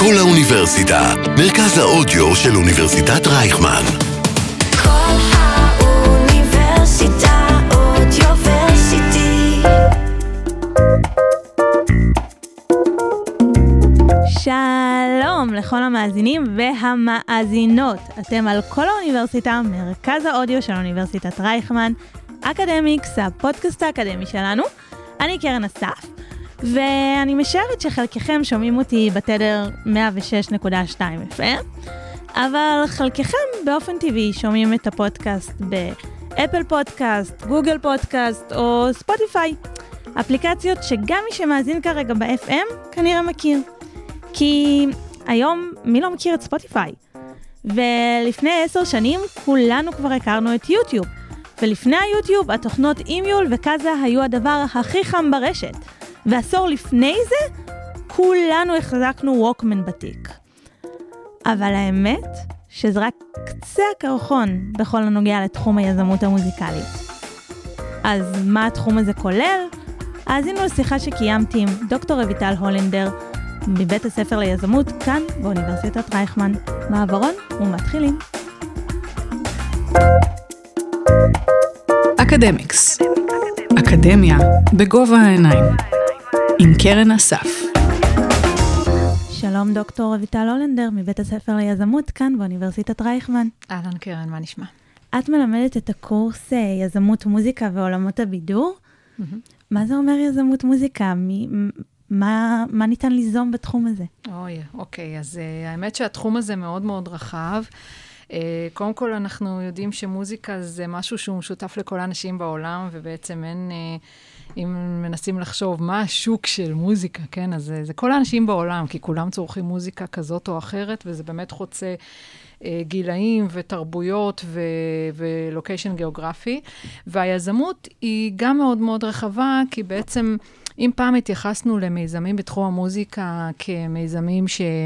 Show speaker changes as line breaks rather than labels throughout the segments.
כל האוניברסיטה, מרכז האודיו של אוניברסיטת רייכמן.
כל האוניברסיטה אודיוורסיטי.
שלום לכל המאזינים והמאזינות. אתם על כל האוניברסיטה, מרכז האודיו של אוניברסיטת רייכמן, אקדמיקס, הפודקאסט האקדמי שלנו. אני קרן אסף, ואני משערת שחלקכם שומעים אותי בתדר 106.2 FM, אבל חלקכם באופן טבעי שומעים את הפודקאסט באפל פודקאסט, גוגל פודקאסט או ספוטיפיי, אפליקציות שגם מי שמאזין כרגע ב-FM כנראה מכיר. כי היום מי לא מכיר את ספוטיפיי? ולפני 10 שנים כולנו כבר הכרנו את יוטיוב, ולפני היוטיוב התוכנות אימיול וקאזה היו הדבר הכי חם ברשת, ועשור לפני זה כולנו החזקנו ווקמן בתיק. אבל האמת שזה רק קצה הקרחון בכל הנוגע לתחום היזמות המוזיקלית. אז מה התחום הזה כולל? האזינו לשיחה שקיימתי עם דוקטור רויטל הולנדר מבית הספר ליזמות כאן באוניברסיטת רייכמן. מעברון ומתחילים.
אקדמיקס, אקדמיה בגובה העיניים, עם קרן אסף.
שלום דוקטור רויטל הולנדר מבית הספר ליזמות כאן באוניברסיטת רייכמן.
אהלן קרן, מה נשמע?
את מלמדת את הקורס יזמות מוזיקה ועולמות הבידור. מה זה אומר יזמות מוזיקה? מה ניתן ליזום בתחום הזה?
אוקיי, אז האמת שהתחום הזה מאוד מאוד רחב. קודם כל אנחנו יודעים שמוזיקה זה משהו שהוא משותף לכל האנשים בעולם, ובעצם אין, אם מנסים לחשוב מה השוק של מוזיקה, כן? אז זה כל האנשים בעולם, כי כולם צורכים מוזיקה כזאת או אחרת, וזה באמת חוצה גילאים ותרבויות ולוקיישן גיאוגרפי. והיזמות היא גם מאוד מאוד רחבה, כי בעצם אם פעם התייחסנו למיזמים בתחום המוזיקה כמיזמים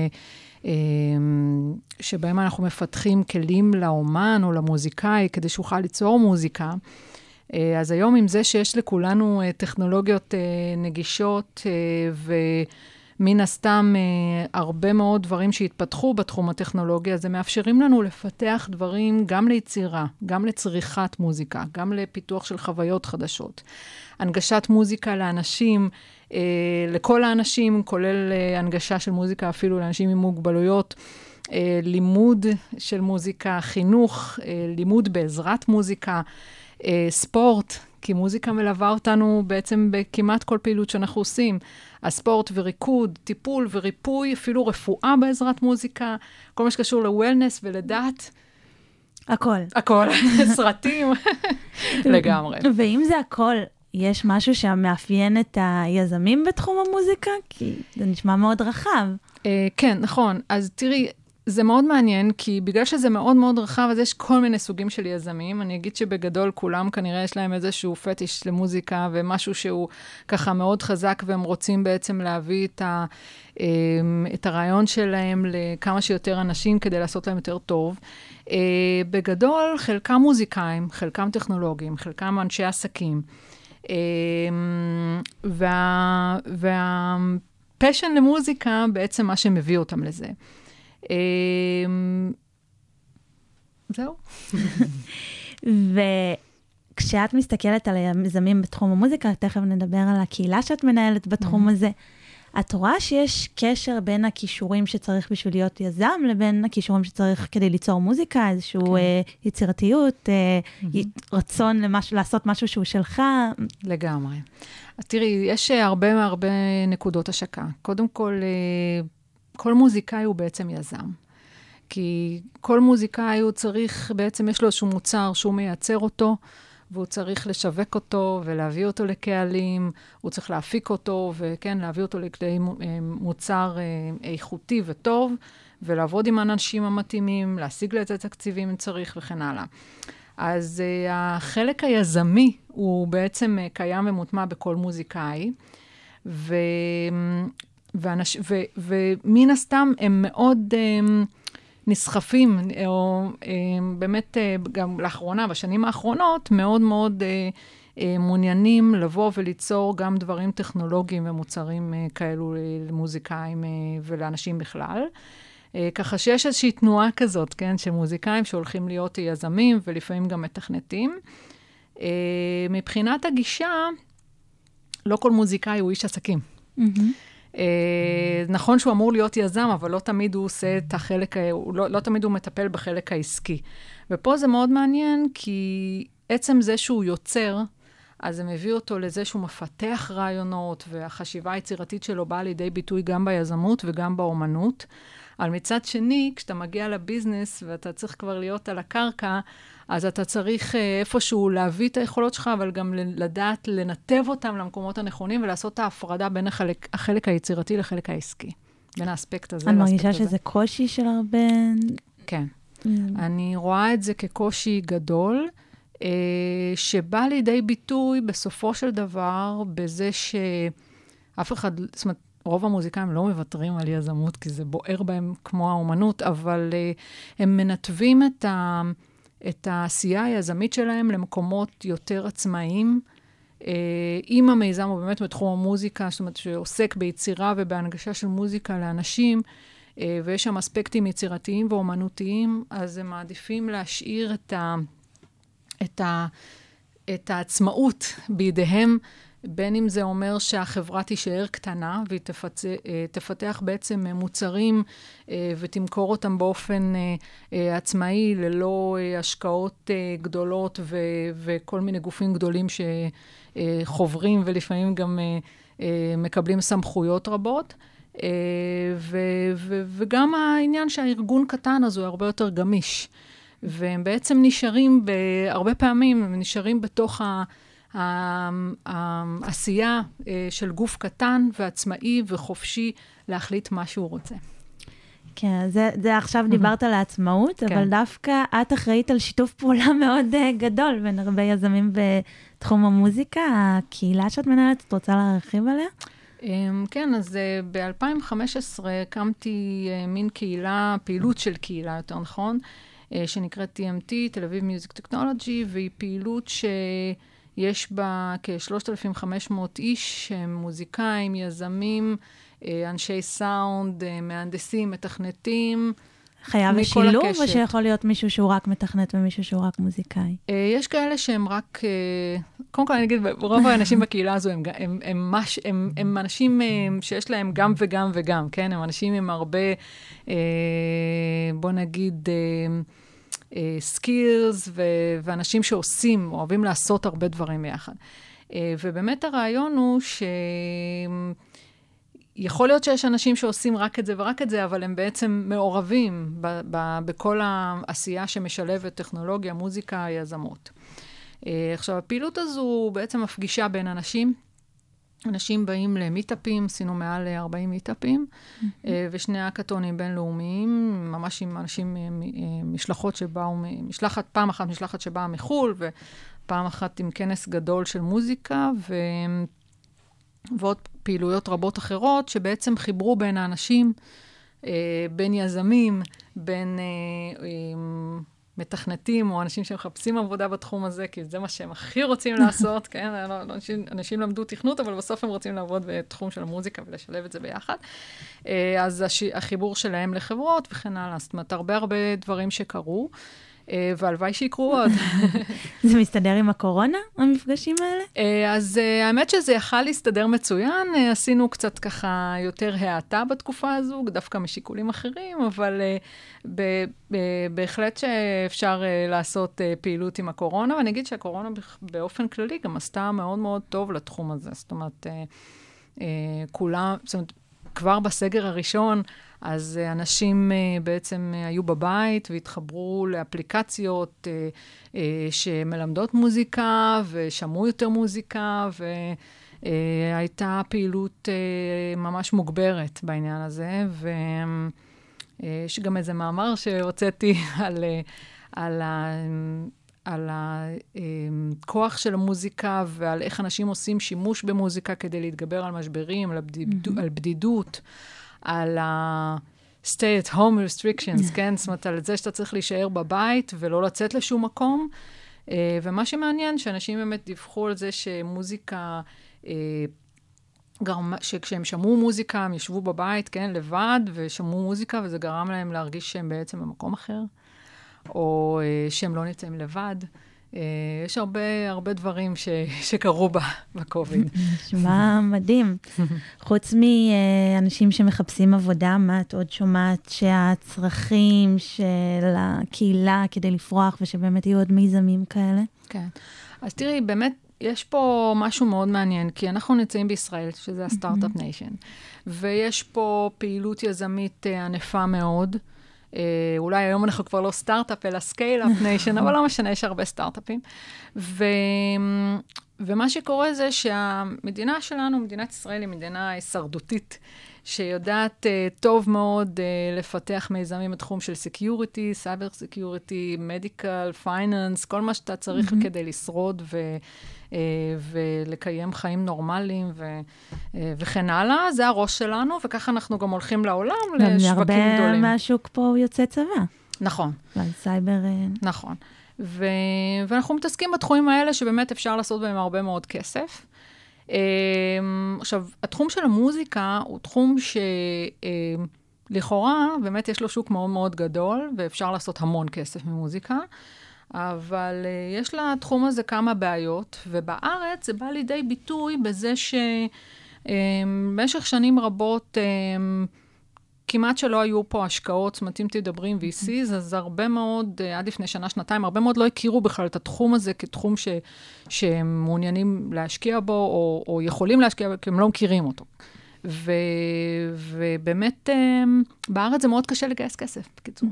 שבהם אנחנו מפתחים כלים לאומן או למוזיקאי כדי שאוכל ליצור מוזיקה, אז היום עם זה שיש לכולנו טכנולוגיות נגישות ומן הסתם הרבה מאוד דברים שהתפתחו בתחום הטכנולוגיה, זה מאפשרים לנו לפתח דברים גם ליצירה, גם לצריכת מוזיקה, גם לפיתוח של חוויות חדשות. הנגשת מוזיקה לאנשים, לכל האנשים, כולל הנגשה של מוזיקה אפילו לאנשים עם מוגבלויות, לימוד של מוזיקה, חינוך, לימוד בעזרת מוזיקה, ספורט, כי מוזיקה מלווה אותנו בעצם בכמעט כל פעילות שאנחנו עושים. הספורט וריקוד, טיפול וריפוי, אפילו רפואה בעזרת מוזיקה, כל מה שקשור לוולנס ולדת. הכל, סרטים, לגמרי.
ואם זה הכל, יש משהו שמאפיין את היזמים בתחום המוזיקה? כי זה נשמע מאוד רחב.
כן, נכון. אז תראי, זה מאוד מעניין, כי בגלל שזה מאוד מאוד רחב, אז יש כל מיני סוגים של יזמים. אני אגיד שבגדול כולם כנראה יש להם איזשהו פטיש למוזיקה, ומשהו שהוא ככה מאוד חזק, והם רוצים בעצם להביא את הרעיון שלהם לכמה שיותר אנשים, כדי לעשות להם יותר טוב. בגדול, חלקם מוזיקאים, חלקם טכנולוגים, חלקם אנשי עסקים. והפשן למוזיקה בעצם מה שמביא אותם לזה. זהו.
וכשאת מסתכלת על היזמים בתחום המוזיקה, תכף נדבר על הקהילה שאת מנהלת בתחום הזה, את רואה שיש קשר בין הכישורים שצריך בשביל להיות יזם, לבין הכישורים שצריך כדי ליצור מוזיקה, איזשהו יצירתיות, רצון לעשות משהו שהוא שלך?
לגמרי. אז תראי, יש הרבה נקודות השקה. קודם כל מוזיקאי הוא בעצם יזם. כי כל מוזיקאי הוא צריך, בעצם יש לו איזשהו מוצר שהוא מייצר אותו, והוא צריך לשווק אותו ולהביא אותו לקהלים, הוא צריך להפיק אותו וכן, להביא אותו לכדי מוצר איכותי וטוב, ולעבוד עם האנשים המתאימים, להשיג לזה תקציבים אם צריך וכן הלאה. אז החלק היזמי הוא בעצם קיים ומוטמע בכל מוזיקאי, ומן הסתם הם מאוד נסחפים, או באמת גם לאחרונה, בשנים האחרונות, מאוד מאוד מעוניינים לבוא וליצור גם דברים טכנולוגיים ומוצרים כאלו למוזיקאים ולאנשים בכלל. ככה שיש איזושהי תנועה כזאת, כן, של מוזיקאים שהולכים להיות יזמים ולפעמים גם מתכנתים. מבחינת הגישה, לא כל מוזיקאי הוא איש עסקים. נכון שהוא אמור להיות יזם, אבל לא תמיד הוא עושה את החלק, לא תמיד הוא מטפל בחלק העסקי. ופה זה מאוד מעניין, כי עצם זה שהוא יוצר, אז זה מביא אותו לזה שהוא מפתח רעיונות, והחשיבה היצירתית שלו באה לידי ביטוי גם ביזמות וגם באומנות. אבל מצד שני, כשאתה מגיע לביזנס ואתה צריך כבר להיות על הקרקע, אז אתה צריך איפשהו להביא את היכולות שלך, אבל גם לדעת לנתב אותם למקומות הנכונים, ולעשות את ההפרדה בין החלק היצירתי לחלק העסקי. בין האספקט הזה לאספקט הזה.
אני מרגישה שזה קושי של הרבה...
כן. אני רואה את זה כקושי גדול, שבא לידי ביטוי בסופו של דבר, בזה שאף אחד, זאת אומרת, רוב המוזיקאים לא מוותרים על יזמות, כי זה בוער בהם כמו האומנות, אבל הם מנתבים את העשייה היזמית שלהם למקומות יותר עצמאיים. אם המיזם הוא באמת בתחום המוזיקה, זאת אומרת שעוסק ביצירה ובהנגשה של מוזיקה לאנשים, ויש שם אספקטים יצירתיים ואומנותיים, אז הם מעדיפים להשאיר את העצמאות בידיהם, בין אם זה אומר שהחברה תישאר קטנה, והיא תפתח בעצם מוצרים ותמכור אותם באופן עצמאי, ללא השקעות גדולות וכל מיני גופים גדולים שחוברים ולפעמים גם מקבלים סמכויות רבות. וגם העניין שהארגון קטן אז הוא הרבה יותר גמיש. והם בעצם נשארים, הרבה פעמים הם נשארים בתוך העשייה של גוף קטן ועצמאי וחופשי להחליט מה שהוא רוצה.
כן, זה עכשיו דיברת על העצמאות, אבל דווקא את אחראית על שיתוף פעולה מאוד גדול בין הרבה יזמים בתחום המוזיקה. הקהילה שאת מנהלת, את רוצה להרחיב עליה?
כן, אז ב-2015 הקמתי מין קהילה, פעילות של קהילה יותר נכון, שנקראת TMT, תל אביב מיוזיק טכנולוגי, והיא פעילות שיש בה כ-3,500 איש, מוזיקאים, יזמים, אנשי סאונד, מהנדסים, מתכנתים.
חייב לשילוב, או שיכול להיות מישהו שהוא רק מתכנת ומישהו שהוא רק מוזיקאי?
יש כאלה שהם רק, קודם כל אני אגיד, רוב האנשים בקהילה הזו הם אנשים שיש להם גם וגם וגם, כן? הם אנשים עם הרבה, בוא נגיד, סקילס, ואנשים שעושים, אוהבים לעשות הרבה דברים ביחד. ובאמת הרעיון הוא יכול להיות שיש אנשים שעושים רק את זה ורק את זה, אבל הם בעצם מעורבים בכל העשייה שמשלבת טכנולוגיה, מוזיקה, יזמות. עכשיו, הפעילות הזו בעצם מפגישה בין אנשים. אנשים באים למיטאפים, עשינו מעל 40 מיטאפים, ושני הקטונים בינלאומיים, ממש עם אנשים, משלחות שבאו, פעם אחת משלחת שבאה מחול, ופעם אחת עם כנס גדול של מוזיקה, ועוד פעילויות רבות אחרות, שבעצם חיברו בין האנשים, בין יזמים, בין מתכנתים, או אנשים שמחפשים עבודה בתחום הזה, כי זה מה שהם הכי רוצים לעשות, כן? אנשים למדו תכנות, אבל בסוף הם רוצים לעבוד בתחום של המוזיקה, ולשלב את זה ביחד. אז החיבור שלהם לחברות וכן הלאה. זאת אומרת, הרבה דברים שקרו, והלוואי שיקרו עוד.
זה מסתדר עם הקורונה, המפגשים האלה?
אז האמת שזה יכל להסתדר מצוין, עשינו קצת ככה יותר העתה בתקופה הזו, דווקא משיקולים אחרים, אבל בהחלט שאפשר לעשות פעילות עם הקורונה, ואני אגיד שהקורונה באופן כללי גם עשתה מאוד מאוד טוב לתחום הזה. זאת אומרת, כולם, זאת אומרת, כבר בסגר הראשון, אז אנשים בעצם היו בבית והתחברו לאפליקציות שמלמדות מוזיקה ושמעו יותר מוזיקה, והייתה פעילות ממש מוגברת בעניין הזה, ויש גם איזה מאמר שהוצאתי על הכוח של המוזיקה ועל איך אנשים עושים שימוש במוזיקה כדי להתגבר על משברים, על בדידות, על ה-stay at home restrictions, כן? זאת אומרת, על זה שאתה צריך להישאר בבית ולא לצאת לשום מקום, ומה שמעניין, שאנשים באמת דיווחו על זה שמוזיקה, שכשהם שמעו מוזיקה, הם ישבו בבית, כן, לבד, ושמעו מוזיקה, וזה גרם להם להרגיש שהם בעצם במקום אחר, או שהם לא נמצאים לבד. יש הרבה דברים שקרו בקוביד.
נשמע מדהים. חוץ מאנשים שמחפשים עבודה, מה את עוד שומעת שהצרכים של הקהילה כדי לפרוח, ושבאמת יהיו עוד מיזמים כאלה?
כן. אז תראי, באמת, יש פה משהו מאוד מעניין, כי אנחנו נמצאים בישראל, שזה הסטארט-אפ ניישן, ויש פה פעילות יזמית ענפה מאוד, אולי היום אנחנו כבר לא סטארט-אפ, אלא סקייל-אפ ניישן, אבל לא משנה, יש הרבה סטארט-אפים. ומה שקורה זה שהמדינה שלנו, מדינת ישראל, היא מדינה הישרדותית, שיודעת טוב מאוד לפתח מיזמים בתחום של security, cyber security, medical, finance, כל מה שאתה צריך כדי לשרוד ולקיים חיים נורמליים וכן הלאה. זה הראש שלנו, וככה אנחנו גם הולכים לעולם לשווקים גדולים.
הרבה מהשוק פה הוא יוצא צבא.
נכון.
ועל סייבר...
נכון. ואנחנו מתעסקים בתחומים האלה שבאמת אפשר לעשות בהם הרבה מאוד כסף. עכשיו, התחום של המוזיקה הוא תחום שלכאורה באמת יש לו שוק מאוד מאוד גדול, ואפשר לעשות המון כסף ממוזיקה, אבל יש לתחום הזה כמה בעיות, ובארץ זה בא לידי ביטוי בזה שבמשך שנים רבות כמעט שלא היו פה השקעות, זאת אומרת, אם תדברים VCs, אז הרבה מאוד, עד לפני שנה, שנתיים, הרבה מאוד לא הכירו בכלל את התחום הזה כתחום שהם מעוניינים להשקיע בו, או יכולים להשקיע בו, כי הם לא מכירים אותו. ובאמת, בארץ זה מאוד קשה לגייס כסף, בקיצור.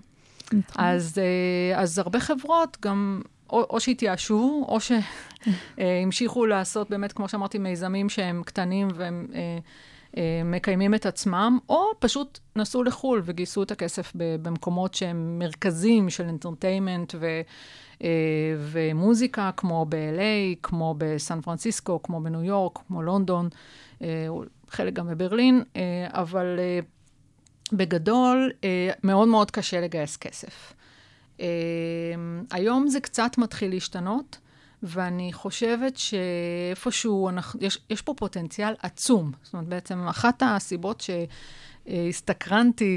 אז הרבה חברות גם, או שהתייאשו, או שהמשיכו לעשות באמת, כמו שאמרתי, מיזמים שהם קטנים והם מקיימים את עצמם, או פשוט נסעו לחול וגייסו את הכסף במקומות שהם מרכזים של אנטרטיימנט ומוזיקה, כמו ב-LA, כמו בסן פרנסיסקו, כמו בניו יורק, כמו לונדון, חלק גם בברלין, אבל בגדול מאוד מאוד קשה לגייס כסף. היום זה קצת מתחיל להשתנות, ואני חושבת שאיפשהו יש פה פוטנציאל עצום. זאת אומרת, בעצם אחת הסיבות שהסתקרנתי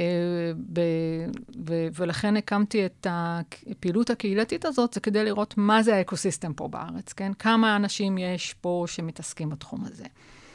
ולכן הקמתי את הפעילות הקהילתית הזאת, זה כדי לראות מה זה האקוסיסטם פה בארץ, כן? כמה אנשים יש פה שמתעסקים בתחום הזה.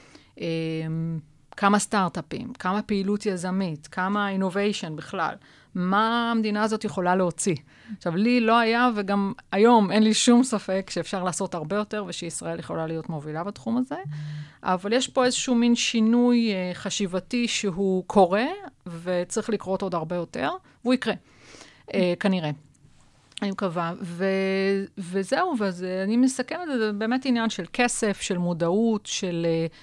כמה סטארט-אפים, כמה פעילות יזמית, כמה אינוביישן בכלל. מה המדינה הזאת יכולה להוציא? עכשיו, לי לא היה, וגם היום אין לי שום ספק שאפשר לעשות הרבה יותר, ושישראל יכולה להיות מובילה בתחום הזה. אבל יש פה איזשהו מין שינוי חשיבתי שהוא קורה, וצריך לקרות עוד הרבה יותר, והוא יקרה, כנראה. אני מקווה. וזהו, ואני מסכמת את זה, באמת עניין של כסף, של מודעות, של...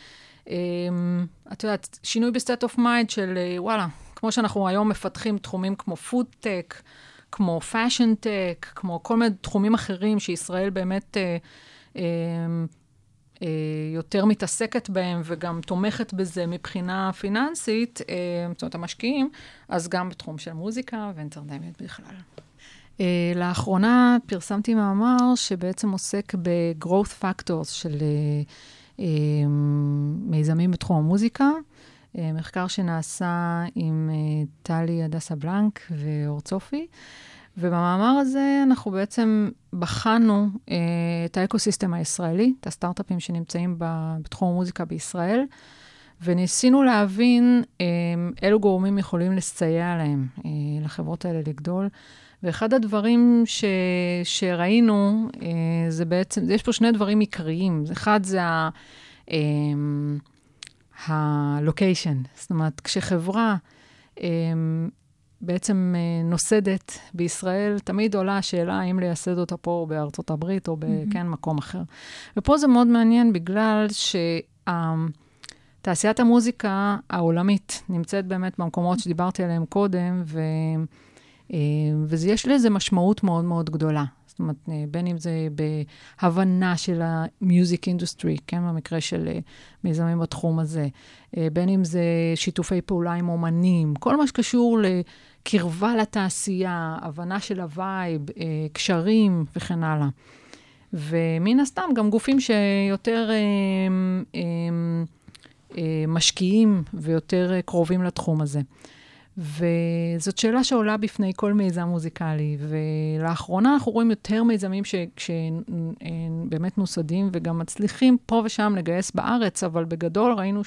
את יודעת, שינוי בסטייט אוף מיינד של, וואלה, כמו שאנחנו היום מפתחים תחומים כמו פוד טק, כמו פאשן טק, כמו כל מיני תחומים אחרים שישראל באמת יותר מתעסקת בהם וגם תומכת בזה מבחינה פיננסית, זאת אומרת, המשקיעים, אז גם בתחום של מוזיקה ואנטרטיימנט בכלל. לאחרונה פרסמתי מאמר שבעצם עוסק ב-growth factors של מיזמים בתחום המוזיקה, מחקר שנעשה עם טלי הדסה בלנק ואור צופי, ובמאמר הזה אנחנו בעצם בחנו את האקוסיסטם הישראלי, את הסטארט-אפים שנמצאים בתחום המוזיקה בישראל, וניסינו להבין אילו גורמים יכולים לסייע להם, לחברות האלה לגדול. ואחד הדברים שראינו, זה בעצם, יש פה שני דברים עיקריים. אחד זה הלוקיישן. זאת אומרת, כשחברה בעצם נוסדת בישראל, תמיד עולה השאלה האם לייסד אותה פה בארצות הברית או בכן מקום אחר. ופה זה מאוד מעניין בגלל תעשיית המוזיקה העולמית נמצאת באמת במקומות שדיברתי עליהם קודם, ויש לזה משמעות מאוד מאוד גדולה. זאת זאת אומרת, בין אם זה בהבנה של המיוזיק אינדוסטרי, כן, במקרה של מיזמים בתחום הזה, בין אם זה שיתופי פעולה עם אומנים, כל מה שקשור לקרבה לתעשייה, הבנה של הווייב, קשרים וכן הלאה. ומן הסתם גם גופים שיותר משקיעים ויותר קרובים לתחום הזה. וזאת שאלה שעולה בפני כל מיזם מוזיקלי, ולאחרונה אנחנו רואים יותר מיזמים שבאמת נוסדים וגם מצליחים פה ושם לגייס בארץ, אבל בגדול ראינו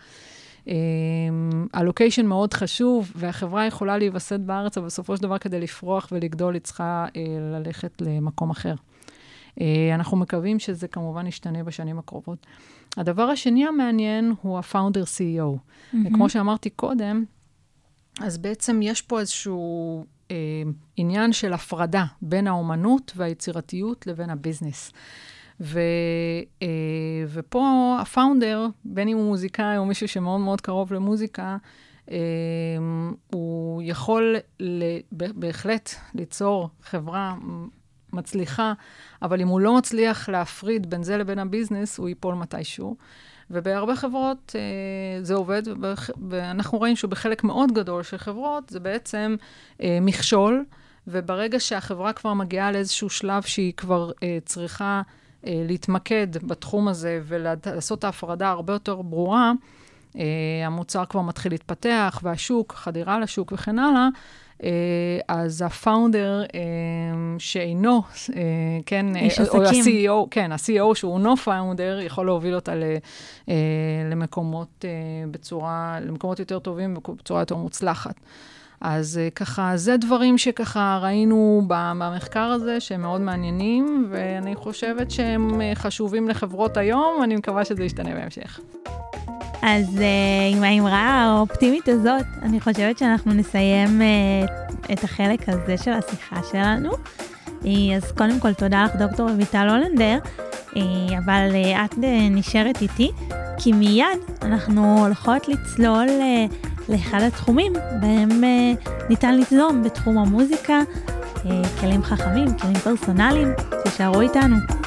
הלוקיישן מאוד חשוב, והחברה יכולה להיווסד בארץ, אבל בסופו של דבר כדי לפרוח ולגדול היא צריכה ללכת למקום אחר. אנחנו מקווים שזה כמובן ישתנה בשנים הקרובות. הדבר השני המעניין הוא ה-Founder CEO. כמו שאמרתי קודם, אז בעצם יש פה איזשהו עניין של הפרדה בין האומנות והיצירתיות לבין הביזנס. ופה הפאונדר, בין אם הוא מוזיקאי או מישהו שמאוד מאוד קרוב למוזיקה, הוא יכול בהחלט ליצור חברה מצליחה, אבל אם הוא לא מצליח להפריד בין זה לבין הביזנס, הוא ייפול מתישהו. ובהרבה חברות זה עובד, ואנחנו רואים שבחלק מאוד גדול של חברות זה בעצם מכשול, וברגע שהחברה כבר מגיעה לאיזשהו שלב שהיא כבר צריכה להתמקד בתחום הזה ולעשות את ההפרדה הרבה יותר ברורה, המוצר כבר מתחיל להתפתח, והשוק, חדירה לשוק וכן הלאה, אז הפאונדר שאינו, כן, או ה-CEO, כן, ה-CEO שהוא לא פאונדר, יכול להוביל אותה למקומות למקומות יותר טובים ובצורה יותר מוצלחת. אז ככה, זה דברים שככה ראינו במחקר הזה, שהם מאוד מעניינים, ואני חושבת שהם חשובים לחברות היום, ואני מקווה שזה ישתנה בהמשך.
אז עם האמרה האופטימית הזאת, אני חושבת שאנחנו נסיים את החלק הזה של השיחה שלנו. אז קודם כל, תודה לך דוקטור רויטל הולנדר, אבל את נשארת איתי, כי מיד אנחנו הולכות לצלול לאחד התחומים, בהם ניתן לצלום בתחום המוזיקה, כלים חכמים, כלים פרסונליים, תישארו איתנו.